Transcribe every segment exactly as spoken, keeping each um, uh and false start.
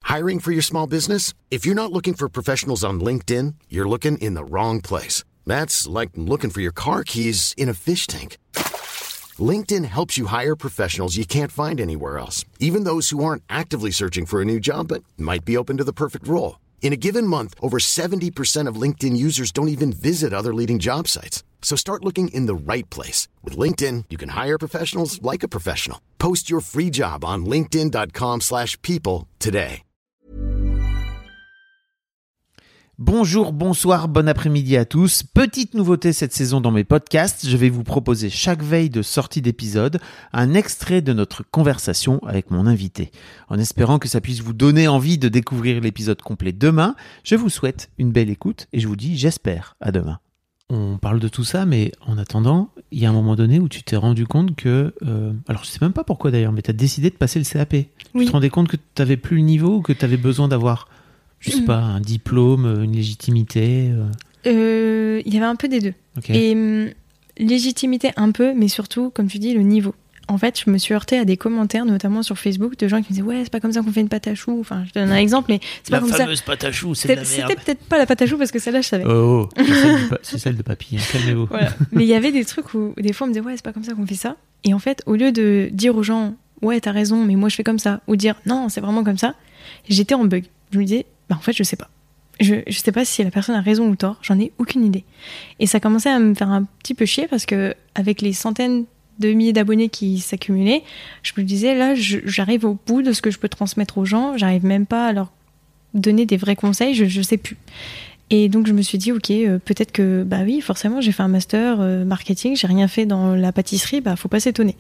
Hiring for your small business? If you're not looking for professionals on LinkedIn, you're looking in the wrong place. That's like looking for your car keys in a fish tank. LinkedIn helps you hire professionals you can't find anywhere else, even those who aren't actively searching for a new job but might be open to the perfect role. In a given month, over seventy percent of LinkedIn users don't even visit other leading job sites. So start looking in the right place. With LinkedIn, you can hire professionals like a professional. Post your free job on linkedin.com slash people today. Bonjour, bonsoir, bon après-midi à tous. Petite nouveauté cette saison dans mes podcasts, je vais vous proposer chaque veille de sortie d'épisode un extrait de notre conversation avec mon invité. En espérant que ça puisse vous donner envie de découvrir l'épisode complet demain, je vous souhaite une belle écoute et je vous dis j'espère à demain. On parle de tout ça, mais en attendant, il y a un moment donné où tu t'es rendu compte que... Euh, alors je sais même pas pourquoi d'ailleurs, mais tu as décidé de passer le C A P. Oui. Tu te rendais compte que tu n'avais plus le niveau ou que tu avais besoin d'avoir... Je sais pas, un diplôme, une légitimité euh... Euh, il y avait un peu des deux. Okay. Et hum, légitimité un peu, mais surtout, comme tu dis, le niveau. En fait, je me suis heurtée à des commentaires, notamment sur Facebook, de gens qui me disaient « Ouais, c'est pas comme ça qu'on fait une pâte à choux. » Enfin, je donne un exemple, mais c'est la pas comme ça. La fameuse pâte à choux, c'est de la merde. C'était peut-être pas la pâte à choux, parce que celle-là, je savais. Oh, oh c'est, celle pa- c'est celle de papy, hein. Calmez-vous. Voilà. Mais il y avait des trucs où, des fois, on me disait « Ouais, c'est pas comme ça qu'on fait ça. » Et en fait, au lieu de dire aux gens « Ouais, t'as raison, mais moi, je fais comme ça. » Ou dire « Non, c'est vraiment comme ça. » J'étais en bug. Je me disais « Bah, en fait, je sais pas. » Je, je sais pas si la personne a raison ou tort, j'en ai aucune idée. Et ça commençait à me faire un petit peu chier parce que avec les centaines de milliers d'abonnés qui s'accumulaient, je me disais là, je, j'arrive au bout de ce que je peux transmettre aux gens, j'arrive même pas à leur donner des vrais conseils, je, je sais plus. Et donc je me suis dit ok, euh, peut-être que bah oui, forcément j'ai fait un master euh, marketing, j'ai rien fait dans la pâtisserie, bah faut pas s'étonner.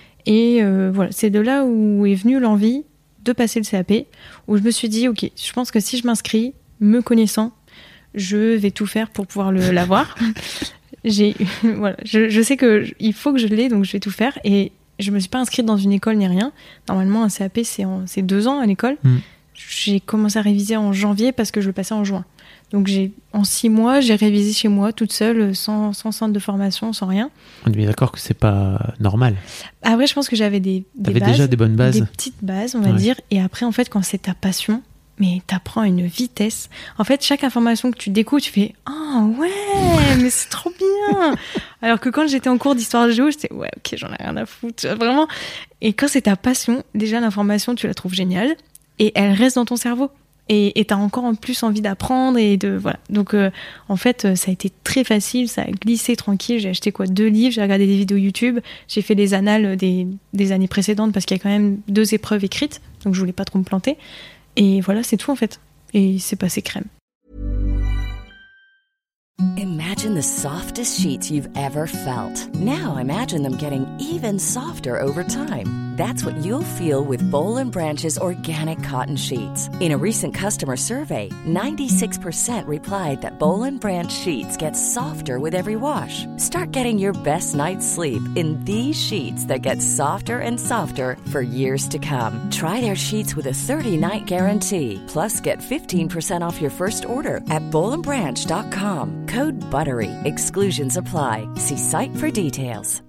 Et euh, voilà, c'est de là où est venue l'envie de passer le C A P, où je me suis dit ok, je pense que si je m'inscris, me connaissant, je vais tout faire pour pouvoir le, l'avoir. J'ai, voilà, je, je sais qu'il faut que je l'ai, donc je vais tout faire. Et je me suis pas inscrite dans une école ni rien. Normalement, un C A P, c'est, en, c'est deux ans à l'école. Mm. J'ai commencé à réviser en janvier parce que je le passais en juin. Donc j'ai, en six mois, j'ai révisé chez moi, toute seule, sans, sans centre de formation, sans rien. On est bien d'accord que c'est pas normal. Après, je pense que j'avais des, des T'avais bases. déjà des bonnes bases. Des petites bases, on va ouais. dire. Et après, en fait, quand c'est ta passion... mais t'apprends une vitesse. En fait, chaque information que tu découvres, tu fais « Ah oh, ouais, mais c'est trop bien !» Alors que quand j'étais en cours d'histoire géo, j'étais « Ouais, ok, j'en ai rien à foutre. » Vraiment. Et quand c'est ta passion, déjà l'information, tu la trouves géniale et elle reste dans ton cerveau. Et, et t'as encore en plus envie d'apprendre et de... Voilà. Donc, euh, en fait, ça a été très facile, ça a glissé tranquille. J'ai acheté quoi, deux livres, j'ai regardé des vidéos YouTube, j'ai fait les annales des, des années précédentes parce qu'il y a quand même deux épreuves écrites, donc je voulais pas trop me planter. Et voilà, c'est tout en fait. Et c'est passé crème. Imagine the softest sheets you've ever felt. Now imagine them getting even softer over time. That's what you'll feel with Boll and Branch's organic cotton sheets. In a recent customer survey, ninety-six percent replied that Boll and Branch sheets get softer with every wash. Start getting your best night's sleep in these sheets that get softer and softer for years to come. Try their sheets with a thirty-night guarantee. Plus, get fifteen percent off your first order at boll and branch dot com. Code BUTTERY. Exclusions apply. See site for details.